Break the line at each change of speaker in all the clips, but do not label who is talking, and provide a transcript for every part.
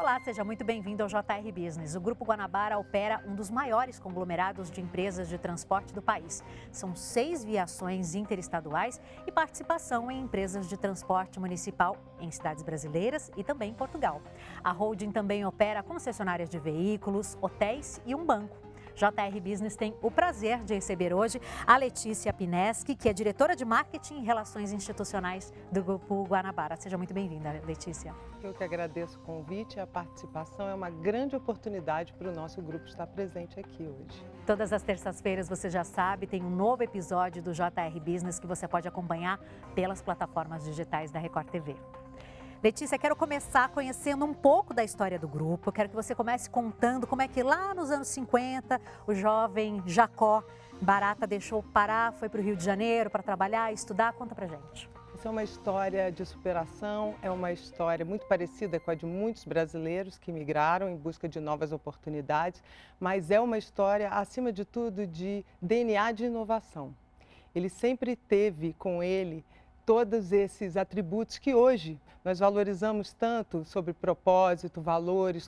Olá, seja muito bem-vindo ao JR Business. O Grupo Guanabara opera um dos maiores conglomerados de empresas de transporte do país. São 6 viações interestaduais e participação em empresas de transporte municipal em cidades brasileiras e também em Portugal. A holding também opera concessionárias de veículos, hotéis e um banco. JR Business tem o prazer de receber hoje a Letícia Pineschi, que é diretora de Marketing e Relações Institucionais do Grupo Guanabara. Seja muito bem-vinda, Letícia.
Eu que agradeço o convite e a participação. É uma grande oportunidade para o nosso grupo estar presente aqui hoje.
Todas as terças-feiras, você já sabe, tem um novo episódio do JR Business que você pode acompanhar pelas plataformas digitais da Record TV. Letícia, quero começar conhecendo um pouco da história do grupo. Eu quero que você comece contando como é que lá nos anos 50, o jovem Jacó Barata deixou parar, foi para o Rio de Janeiro para trabalhar, estudar. Conta pra gente.
Essa é uma história de superação, é uma história muito parecida com a de muitos brasileiros que migraram em busca de novas oportunidades, mas é uma história, acima de tudo, de DNA de inovação. Ele sempre teve com ele todos esses atributos que hoje nós valorizamos tanto sobre propósito, valores,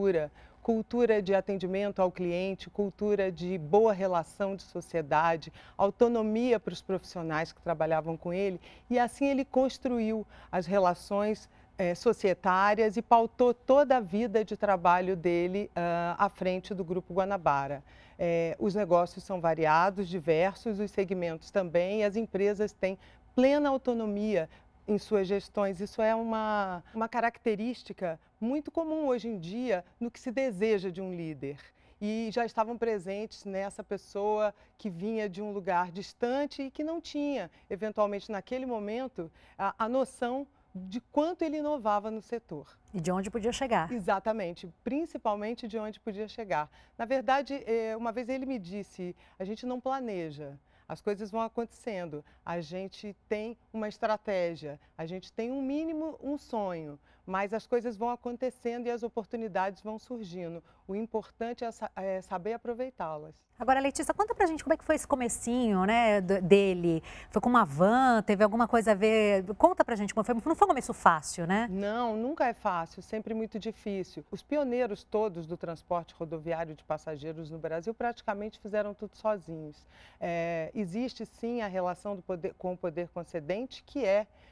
cultura de atendimento ao cliente, cultura de boa relação de sociedade, autonomia para os profissionais que trabalhavam com ele, e assim ele construiu as relações societárias e pautou toda a vida de trabalho dele à frente do Grupo Guanabara. Os negócios são variados, diversos, os segmentos também, e as empresas têm plena autonomia em suas gestões. Isso é uma característica muito comum hoje em dia no que se deseja de um líder. E já estavam presentes nessa pessoa que vinha de um lugar distante e que não tinha, eventualmente naquele momento, a noção de quanto ele inovava no setor.
E de onde podia chegar.
Exatamente, principalmente de onde podia chegar. Na verdade, uma vez ele me disse, a gente não planeja. As coisas vão acontecendo, a gente tem uma estratégia, a gente tem um mínimo, um sonho, mas as coisas vão acontecendo e as oportunidades vão surgindo. O importante é saber aproveitá-las.
Agora, Letícia, conta pra gente como é que foi esse comecinho, né, dele. Foi com uma van, teve alguma coisa a ver? Conta pra gente como foi. Não foi um começo fácil, né?
Não, nunca é fácil, sempre muito difícil. Os pioneiros todos do transporte rodoviário de passageiros no Brasil praticamente fizeram tudo sozinhos. Existe sim a relação com o poder concedente, que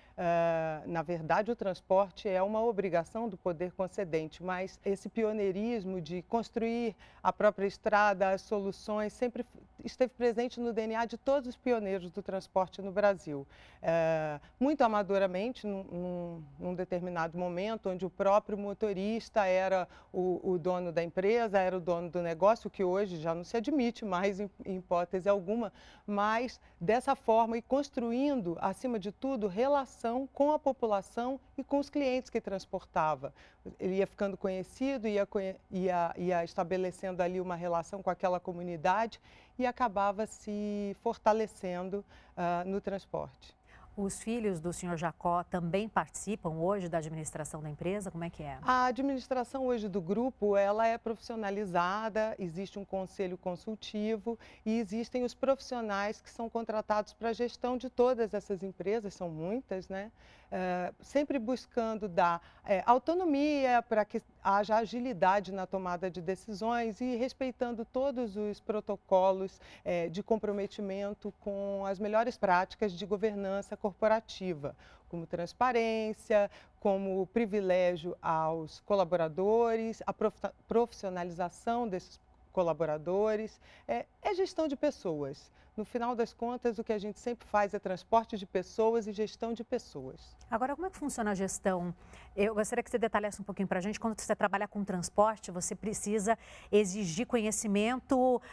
na verdade, o transporte é uma obrigação do poder concedente, mas esse pioneirismo de construir a própria estrada, as soluções, sempre esteve presente no DNA de todos os pioneiros do transporte no Brasil. Muito amadoramente, num determinado momento, onde o próprio motorista era o dono da empresa, era o dono do negócio, que hoje já não se admite mais em hipótese alguma, mas dessa forma e construindo, acima de tudo, relação com a população e com os clientes que transportava. Ele ia ficando conhecido, ia estabelecendo ali uma relação com aquela comunidade e acabava se fortalecendo no transporte.
Os filhos do senhor Jacó também participam hoje da administração da empresa? Como é que é?
A administração hoje do grupo, ela é profissionalizada, existe um conselho consultivo e existem os profissionais que são contratados para a gestão de todas essas empresas, são muitas, né? Sempre buscando dar autonomia para que haja agilidade na tomada de decisões e respeitando todos os protocolos de comprometimento com as melhores práticas de governança corporativa, como transparência, como privilégio aos colaboradores, a profissionalização desses colaboradores, é gestão de pessoas. No final das contas, o que a gente sempre faz é transporte de pessoas e gestão de pessoas.
Agora, como é que funciona a gestão? Eu gostaria que você detalhasse um pouquinho para a gente. Quando você trabalha com transporte, você precisa exigir conhecimento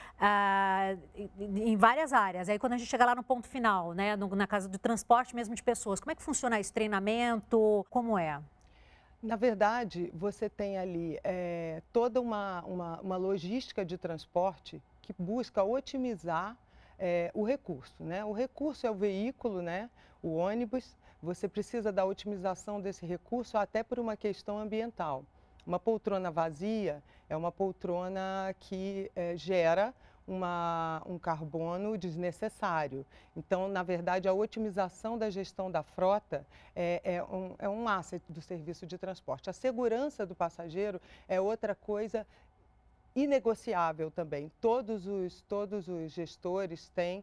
em várias áreas. Aí, quando a gente chega lá no ponto final, né, na casa do transporte mesmo de pessoas, como é que funciona esse treinamento? Como é?
Na verdade, você tem ali toda uma logística de transporte que busca otimizar o recurso, né? O recurso é o veículo, né? O ônibus. Você precisa da otimização desse recurso até por uma questão ambiental. Uma poltrona vazia é uma poltrona que gera um carbono desnecessário. Então, na verdade, a otimização da gestão da frota é um asset do serviço de transporte. A segurança do passageiro é outra coisa inegociável também. Todos os gestores têm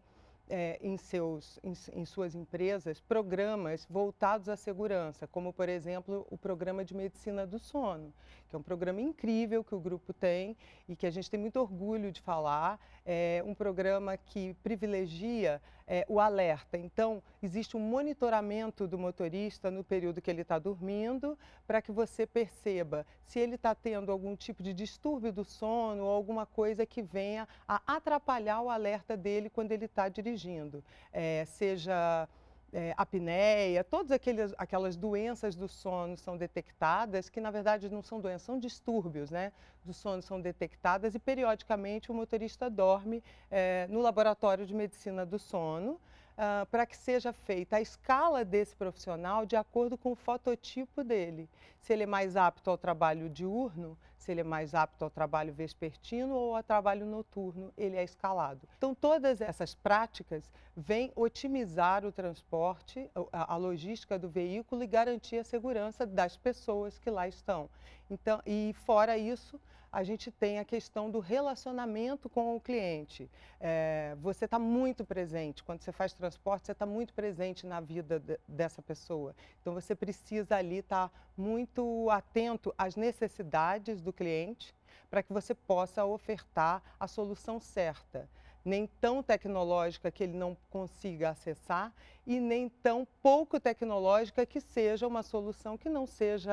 em suas empresas programas voltados à segurança, como, por exemplo, o programa de medicina do sono, que é um programa incrível que o grupo tem e que a gente tem muito orgulho de falar. É um programa que privilegia o alerta. Então, existe um monitoramento do motorista no período que ele está dormindo, para que você perceba se ele está tendo algum tipo de distúrbio do sono ou alguma coisa que venha a atrapalhar o alerta dele quando ele está dirigindo. Seja apneia, todas aquelas doenças do sono são detectadas, que na verdade não são doenças, são distúrbios, né, do sono, são detectadas, e periodicamente o motorista dorme no laboratório de medicina do sono, para que seja feita a escala desse profissional de acordo com o fototipo dele. Se ele é mais apto ao trabalho diurno, se ele é mais apto ao trabalho vespertino ou ao trabalho noturno, ele é escalado. Então, todas essas práticas vêm otimizar o transporte, a logística do veículo e garantir a segurança das pessoas que lá estão. Então, e fora isso, a gente tem a questão do relacionamento com o cliente. Você está muito presente, quando você faz transporte, você está muito presente na vida dessa pessoa. Então, você precisa ali estar muito atento às necessidades do cliente, para que você possa ofertar a solução certa. Nem tão tecnológica que ele não consiga acessar e nem tão pouco tecnológica que seja uma solução que não seja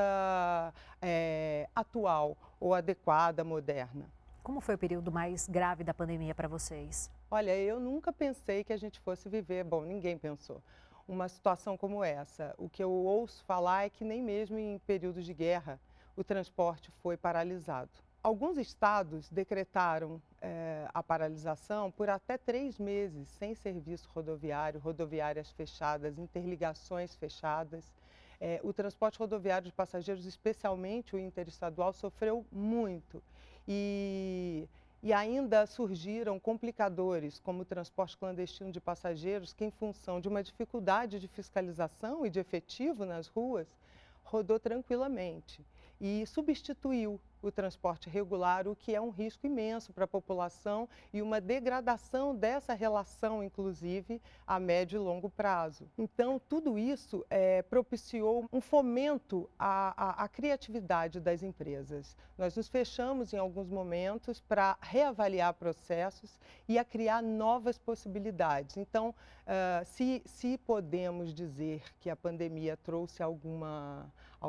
atual ou adequada, moderna.
Como foi o período mais grave da pandemia para vocês?
Olha, eu nunca pensei que a gente fosse viver, bom, ninguém pensou, uma situação como essa. O que eu ouço falar é que nem mesmo em períodos de guerra o transporte foi paralisado. Alguns estados decretaram a paralisação por até 3 meses, sem serviço rodoviário, rodoviárias fechadas, interligações fechadas. O transporte rodoviário de passageiros, especialmente o interestadual, sofreu muito. E ainda surgiram complicadores, como o transporte clandestino de passageiros, que, em função de uma dificuldade de fiscalização e de efetivo nas ruas, rodou tranquilamente e substituiu o transporte regular, o que é um risco imenso para a população e uma degradação dessa relação, inclusive, a médio e longo prazo. Então, tudo isso propiciou um fomento à criatividade das empresas. Nós nos fechamos em alguns momentos para reavaliar processos e a criar novas possibilidades. Então, se podemos dizer que a pandemia trouxe alguma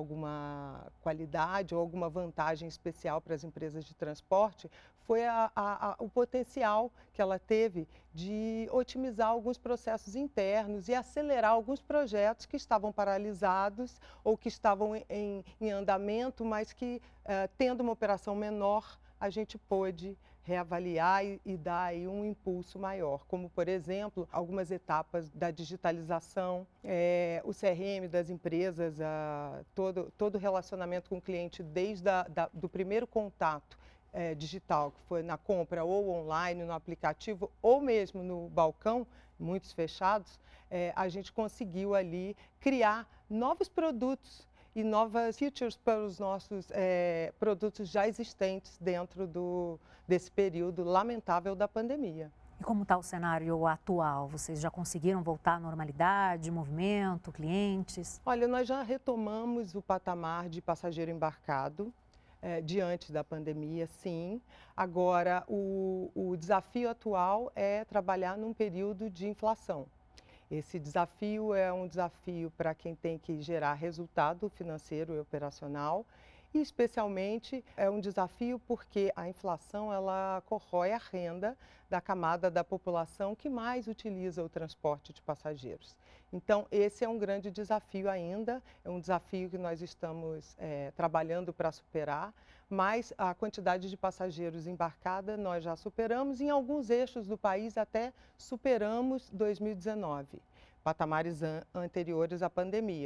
qualidade ou alguma vantagem especial para as empresas de transporte, foi o potencial que ela teve de otimizar alguns processos internos e acelerar alguns projetos que estavam paralisados ou que estavam em andamento, mas que, tendo uma operação menor, a gente pôde reavaliar e dar aí um impulso maior, como, por exemplo, algumas etapas da digitalização, o CRM das empresas, todo o relacionamento com o cliente desde do primeiro contato digital, que foi na compra ou online, no aplicativo, ou mesmo no balcão, muitos fechados, a gente conseguiu ali criar novos produtos e novas features para os nossos produtos já existentes dentro desse período lamentável da pandemia.
E como está o cenário atual? Vocês já conseguiram voltar à normalidade, movimento, clientes?
Olha, nós já retomamos o patamar de passageiro embarcado diante da pandemia, sim. Agora, o desafio atual é trabalhar num período de inflação. Esse desafio é um desafio para quem tem que gerar resultado financeiro e operacional, e especialmente é um desafio porque a inflação ela corrói a renda da camada da população que mais utiliza o transporte de passageiros. Então, esse é um grande desafio ainda, é um desafio que nós estamos trabalhando para superar, mas a quantidade de passageiros embarcada nós já superamos, em alguns eixos do país até superamos 2019, patamares anteriores à pandemia.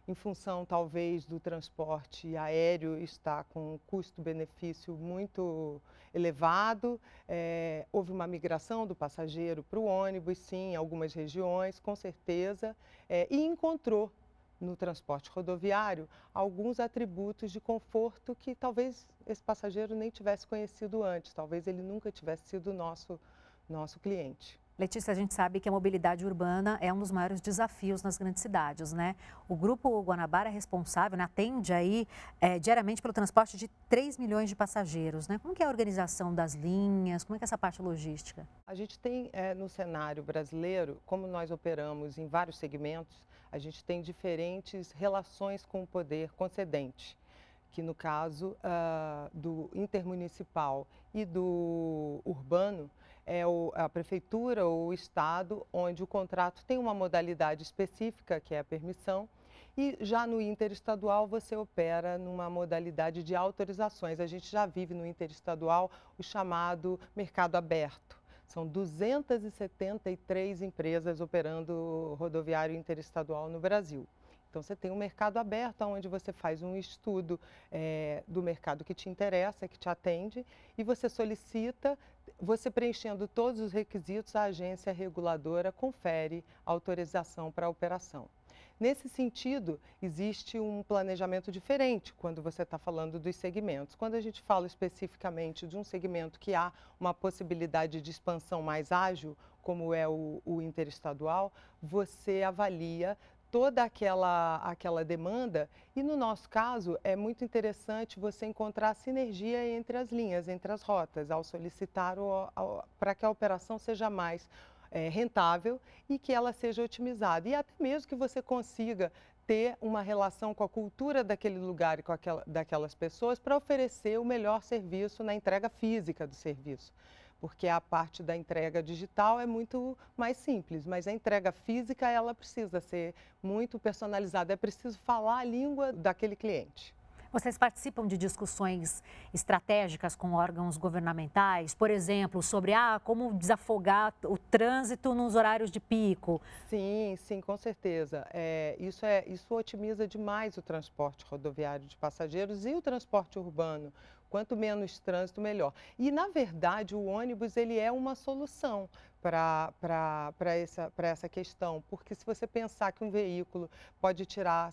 em função talvez do transporte aéreo estar com um custo-benefício muito elevado. Houve uma migração do passageiro para o ônibus, sim, em algumas regiões, com certeza, e encontrou no transporte rodoviário alguns atributos de conforto que talvez esse passageiro nem tivesse conhecido antes, talvez ele nunca tivesse sido nosso cliente.
Letícia, a gente sabe que a mobilidade urbana é um dos maiores desafios nas grandes cidades, né? O Grupo Guanabara é responsável, né, atende aí diariamente pelo transporte de 3 milhões de passageiros, né? Como que é a organização das linhas? Como é que é essa parte logística?
A gente tem no cenário brasileiro, como nós operamos em vários segmentos, a gente tem diferentes relações com o poder concedente, que no caso do intermunicipal e do urbano, a prefeitura ou o estado, onde o contrato tem uma modalidade específica, que é a permissão, e já no interestadual você opera numa modalidade de autorizações. A gente já vive no interestadual o chamado mercado aberto. São 273 empresas operando rodoviário interestadual no Brasil. Então, você tem um mercado aberto, onde você faz um estudo do mercado que te interessa, que te atende, e você solicita, você preenchendo todos os requisitos, a agência reguladora confere autorização para a operação. Nesse sentido, existe um planejamento diferente quando você está falando dos segmentos. Quando a gente fala especificamente de um segmento que há uma possibilidade de expansão mais ágil, como é o interestadual, você avalia toda aquela demanda e, no nosso caso, é muito interessante você encontrar sinergia entre as linhas, entre as rotas, ao solicitar para que a operação seja mais rentável e que ela seja otimizada. E até mesmo que você consiga ter uma relação com a cultura daquele lugar e com daquelas pessoas para oferecer o melhor serviço na entrega física do serviço. Porque a parte da entrega digital é muito mais simples, mas a entrega física ela precisa ser muito personalizada, é preciso falar a língua daquele cliente.
Vocês participam de discussões estratégicas com órgãos governamentais, por exemplo, sobre como desafogar o trânsito nos horários de pico?
Sim, sim, com certeza. Isso otimiza demais o transporte rodoviário de passageiros e o transporte urbano. Quanto menos trânsito, melhor. E, na verdade, o ônibus ele é uma solução para essa questão, porque se você pensar que um veículo pode tirar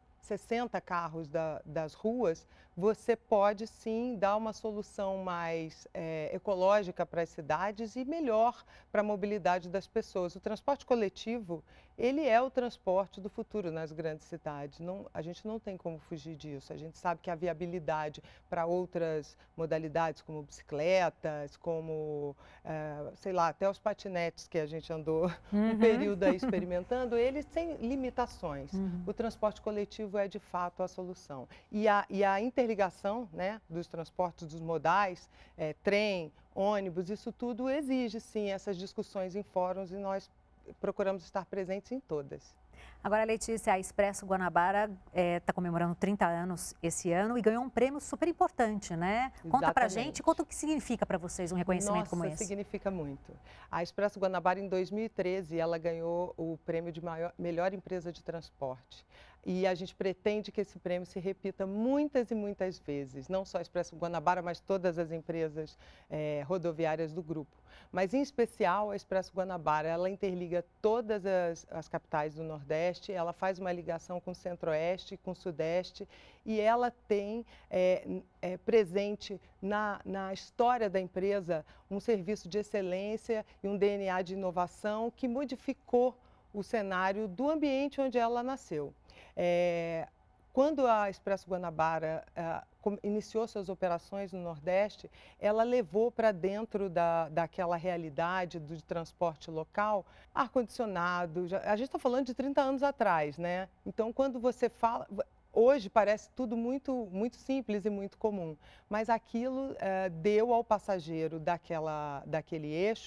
60 carros das ruas, você pode sim dar uma solução mais ecológica para as cidades e melhor para a mobilidade das pessoas. O transporte coletivo, ele é o transporte do futuro nas grandes cidades. A gente não tem como fugir disso. A gente sabe que a viabilidade para outras modalidades, como bicicletas, como, sei lá, até os patinetes que a gente andou um período aí experimentando, eles têm limitações. O transporte coletivo é de fato a solução. E a interligação, né, dos transportes dos modais, trem, ônibus, isso tudo exige sim essas discussões em fóruns e nós procuramos estar presentes em todas.
Agora, Letícia, a Expresso Guanabara está comemorando 30 anos esse ano e ganhou um prêmio super importante, né? Conta pra gente, conta o que significa para vocês um reconhecimento como esse.
Significa muito. A Expresso Guanabara, em 2013, ela ganhou o prêmio de melhor empresa de transporte. E a gente pretende que esse prêmio se repita muitas e muitas vezes, não só a Expresso Guanabara, mas todas as empresas rodoviárias do grupo. Mas, em especial, a Expresso Guanabara, ela interliga todas as capitais do Nordeste, ela faz uma ligação com o Centro-Oeste, com o Sudeste, e ela tem presente na história da empresa um serviço de excelência e um DNA de inovação que modificou o cenário do ambiente onde ela nasceu. Quando a Expresso Guanabara iniciou suas operações no Nordeste, ela levou para dentro daquela realidade do transporte local ar-condicionado. A gente está falando de 30 anos atrás, né? Então, quando você fala... Hoje parece tudo muito, muito simples e muito comum, mas aquilo deu ao passageiro daquele eixo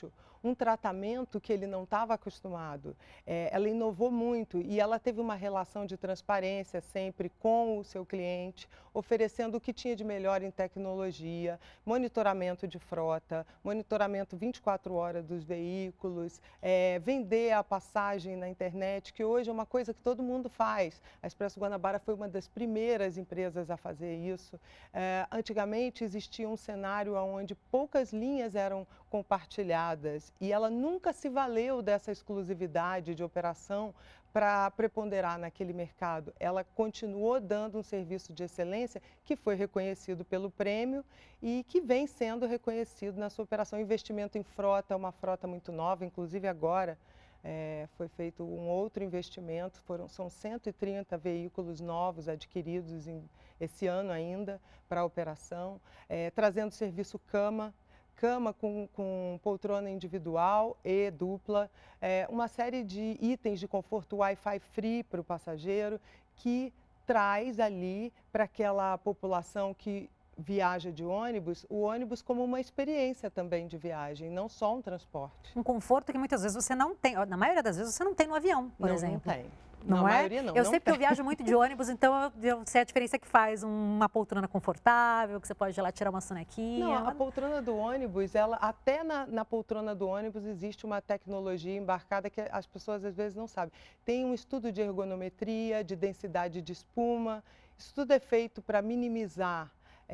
um tratamento que ele não estava acostumado. Ela inovou muito e ela teve uma relação de transparência sempre com o seu cliente, oferecendo o que tinha de melhor em tecnologia, monitoramento de frota, monitoramento 24 horas dos veículos, vender a passagem na internet, que hoje é uma coisa que todo mundo faz. A Expresso Guanabara foi uma das primeiras empresas a fazer isso. Antigamente existia um cenário onde poucas linhas eram compartilhadas e ela nunca se valeu dessa exclusividade de operação para preponderar naquele mercado. Ela continuou dando um serviço de excelência que foi reconhecido pelo prêmio e que vem sendo reconhecido na sua operação. Investimento em frota, uma frota muito nova, inclusive agora foi feito um outro investimento, são 130 veículos novos adquiridos esse ano ainda para a operação, trazendo serviço cama com poltrona individual e dupla, uma série de itens de conforto Wi-Fi free para o passageiro, que traz ali para aquela população que viaja de ônibus, o ônibus como uma experiência também de viagem, não só um transporte.
Um conforto que muitas vezes você não tem, na maioria das vezes você não tem no avião, por exemplo.
Não tem.
Não
Na
é?
maioria não.
Eu sei porque eu viajo muito de ônibus, então eu sei a diferença que faz uma poltrona confortável, que você pode ir lá tirar uma sonequinha.
Não, a poltrona do ônibus, até na poltrona do ônibus existe uma tecnologia embarcada que as pessoas às vezes não sabem. Tem um estudo de ergonometria, de densidade de espuma. Isso tudo é feito para minimizar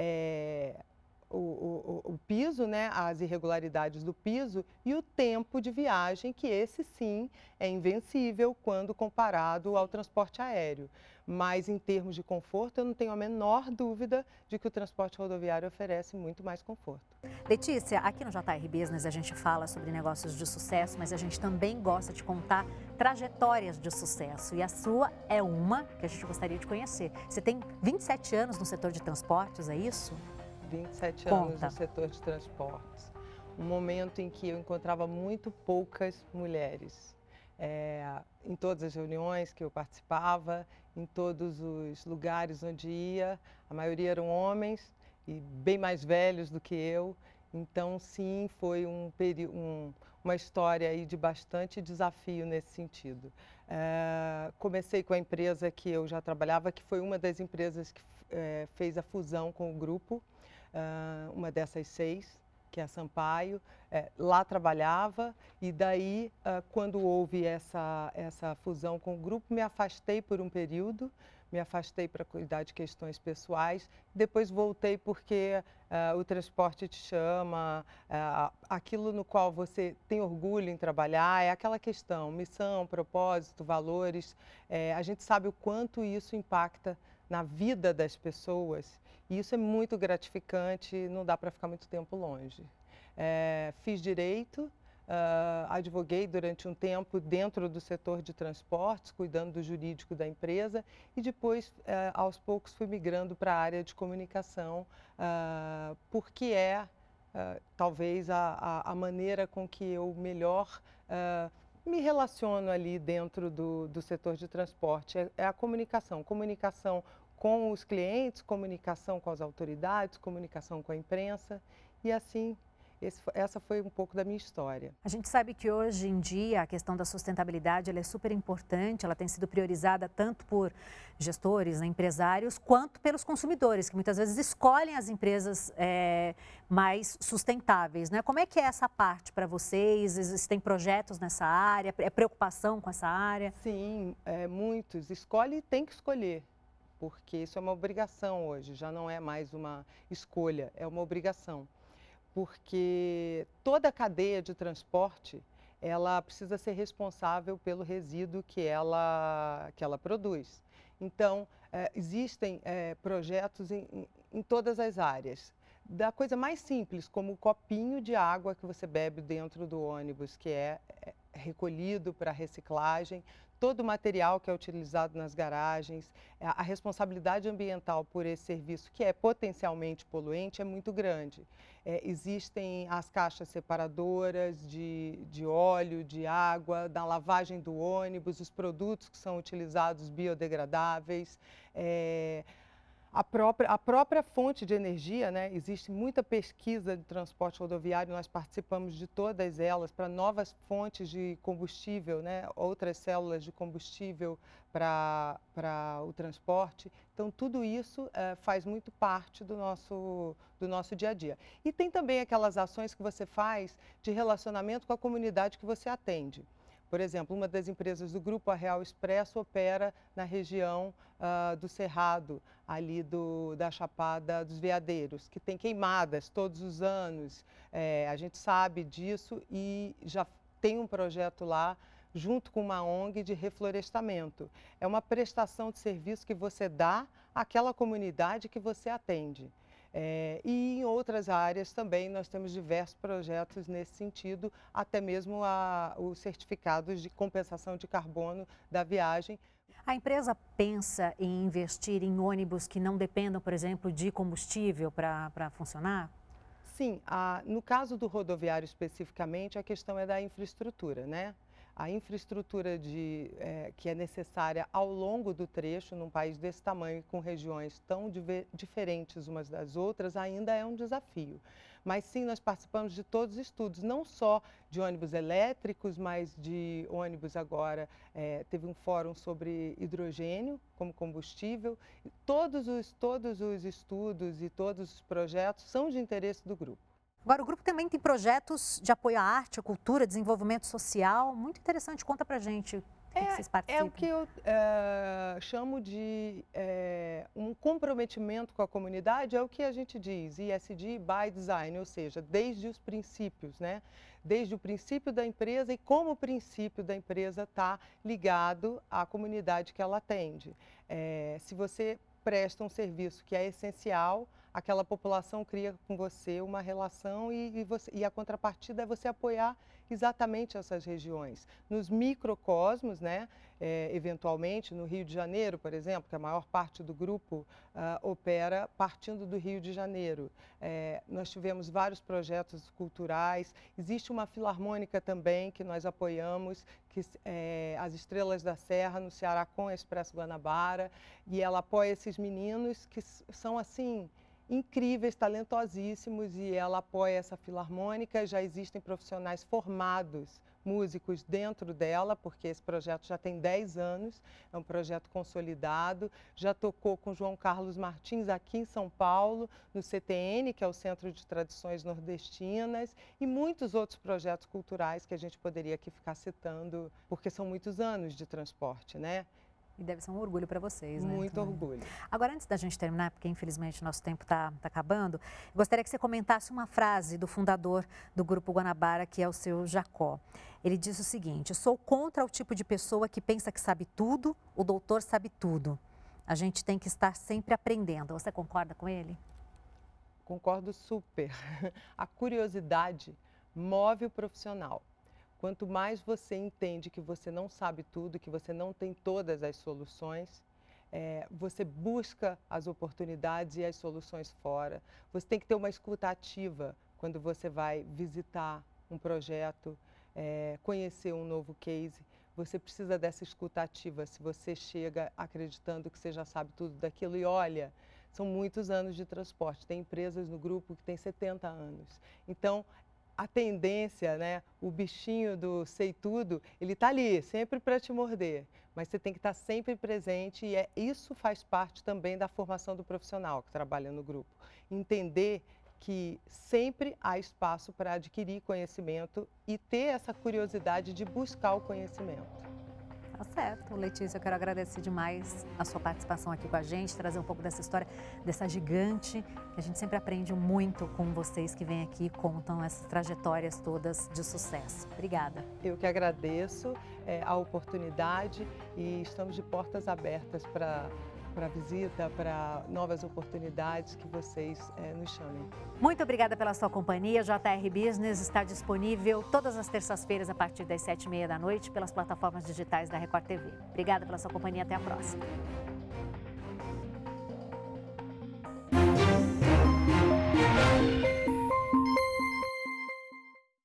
o piso, né, as irregularidades do piso e o tempo de viagem, que esse sim é invencível quando comparado ao transporte aéreo. Mas em termos de conforto, eu não tenho a menor dúvida de que o transporte rodoviário oferece muito mais conforto.
Letícia, aqui no JR Business a gente fala sobre negócios de sucesso, mas a gente também gosta de contar trajetórias de sucesso. E a sua é uma que a gente gostaria de conhecer. Você tem 27 anos no setor de transportes, é isso?
27 anos no setor de transportes. Um momento em que eu encontrava muito poucas mulheres. Em todas as reuniões que eu participava, em todos os lugares onde ia, a maioria eram homens e bem mais velhos do que eu. Então, sim, foi uma história aí de bastante desafio nesse sentido. Comecei com a empresa que eu já trabalhava, que foi uma das empresas que fez a fusão com o grupo, uma dessas 6, que é a Sampaio. Lá trabalhava e daí, quando houve essa fusão com o grupo, me afastei por um período, me afastei para cuidar de questões pessoais, depois voltei porque o transporte te chama, aquilo no qual você tem orgulho em trabalhar, é aquela questão, missão, propósito, valores, a gente sabe o quanto isso impacta na vida das pessoas e isso é muito gratificante, não dá para ficar muito tempo longe. Fiz direito, advoguei durante um tempo dentro do setor de transportes, cuidando do jurídico da empresa e depois, aos poucos, fui migrando para a área de comunicação, porque talvez a maneira com que eu melhor me relaciono ali dentro do setor de transporte. É a comunicação com os clientes, comunicação com as autoridades, comunicação com a imprensa e assim, essa foi um pouco da minha história.
A gente sabe que hoje em dia a questão da sustentabilidade ela é super importante, ela tem sido priorizada tanto por gestores, né, empresários, quanto pelos consumidores, que muitas vezes escolhem as empresas mais sustentáveis, né? Como é que é essa parte para vocês? Existem projetos nessa área? É preocupação com essa área?
Sim, muitos. Escolhe e tem que escolher, porque isso é uma obrigação hoje, já não é mais uma escolha, é uma obrigação. Porque toda a cadeia de transporte, ela precisa ser responsável pelo resíduo que ela produz. Então, existem projetos em todas as áreas. Da coisa mais simples, como o copinho de água que você bebe dentro do ônibus, que é recolhido para reciclagem, todo o material que é utilizado nas garagens, a responsabilidade ambiental por esse serviço, que é potencialmente poluente, é muito grande. Existem as caixas separadoras de óleo, de água, da lavagem do ônibus, os produtos que são utilizados biodegradáveis, A própria fonte de energia, né? Existe muita pesquisa de transporte rodoviário, nós participamos de todas elas para novas fontes de combustível, né? Outras células de combustível para o transporte. Então, tudo isso faz muito parte do nosso dia a dia. E tem também aquelas ações que você faz de relacionamento com a comunidade que você atende. Por exemplo, uma das empresas do grupo, a Real Expresso, opera na região do Cerrado, ali da Chapada dos Veadeiros, que tem queimadas todos os anos. A gente sabe disso e já tem um projeto lá, junto com uma ONG de reflorestamento. É uma prestação de serviço que você dá àquela comunidade que você atende. E em outras áreas também nós temos diversos projetos nesse sentido, até mesmo os certificados de compensação de carbono da viagem.
A empresa pensa em investir em ônibus que não dependam, por exemplo, de combustível para funcionar?
Sim, no caso do rodoviário especificamente, a questão é da infraestrutura, né? A infraestrutura que é necessária ao longo do trecho, num país desse tamanho, com regiões tão diferentes umas das outras, ainda é um desafio. Mas sim, nós participamos de todos os estudos, não só de ônibus elétricos, mas de ônibus agora. Teve um fórum sobre hidrogênio como combustível. Todos os estudos e todos os projetos são de interesse do grupo.
Agora, o grupo também tem projetos de apoio à arte, à cultura, desenvolvimento social. Muito interessante. Conta pra gente o que vocês participam.
É o que eu chamo de um comprometimento com a comunidade, é o que a gente diz, ESG by design, ou seja, desde os princípios, né? Desde o princípio da empresa e como o princípio da empresa está ligado à comunidade que ela atende. Se você presta um serviço que é essencial, aquela população cria com você uma relação e a contrapartida é você apoiar exatamente essas regiões. Nos microcosmos, né, eventualmente no Rio de Janeiro, por exemplo, que a maior parte do grupo opera partindo do Rio de Janeiro. Nós tivemos vários projetos culturais, existe uma filarmônica também que nós apoiamos, que as Estrelas da Serra, no Ceará, com a Expresso Guanabara, e ela apoia esses meninos que são assim incríveis, talentosíssimos, e ela apoia essa filarmônica. Já existem profissionais formados, músicos dentro dela, porque esse projeto já tem 10 anos, é um projeto consolidado. Já tocou com João Carlos Martins aqui em São Paulo, no CTN, que é o Centro de Tradições Nordestinas, e muitos outros projetos culturais que a gente poderia aqui ficar citando, porque são muitos anos de transporte, né?
E deve ser um orgulho para vocês, né?
Muito orgulho.
Agora, antes da gente terminar, porque infelizmente nosso tempo está acabando, gostaria que você comentasse uma frase do fundador do Grupo Guanabara, que é o seu Jacó. Ele diz o seguinte: sou contra o tipo de pessoa que pensa que sabe tudo, o doutor sabe tudo. A gente tem que estar sempre aprendendo. Você concorda com ele?
Concordo super. A curiosidade move o profissional. Quanto mais você entende que você não sabe tudo, que você não tem todas as soluções, você busca as oportunidades e as soluções fora. Você tem que ter uma escuta ativa quando você vai visitar um projeto, conhecer um novo case. Você precisa dessa escuta ativa. Se você chega acreditando que você já sabe tudo daquilo e olha, são muitos anos de transporte. Tem empresas no grupo que têm 70 anos. Então, a tendência, né, o bichinho do sei tudo, ele está ali, sempre para te morder. Mas você tem que estar sempre presente e isso faz parte também da formação do profissional que trabalha no grupo. Entender que sempre há espaço para adquirir conhecimento e ter essa curiosidade de buscar o conhecimento.
Tá certo. Letícia, eu quero agradecer demais a sua participação aqui com a gente, trazer um pouco dessa história, dessa gigante, que a gente sempre aprende muito com vocês que vêm aqui e contam essas trajetórias todas de sucesso. Obrigada.
Eu que agradeço a oportunidade e estamos de portas abertas para visita, para novas oportunidades que vocês nos chamem.
Muito obrigada pela sua companhia. JR Business está disponível todas as terças-feiras a partir das 7h30 da noite pelas plataformas digitais da Record TV. Obrigada pela sua companhia. Até a próxima.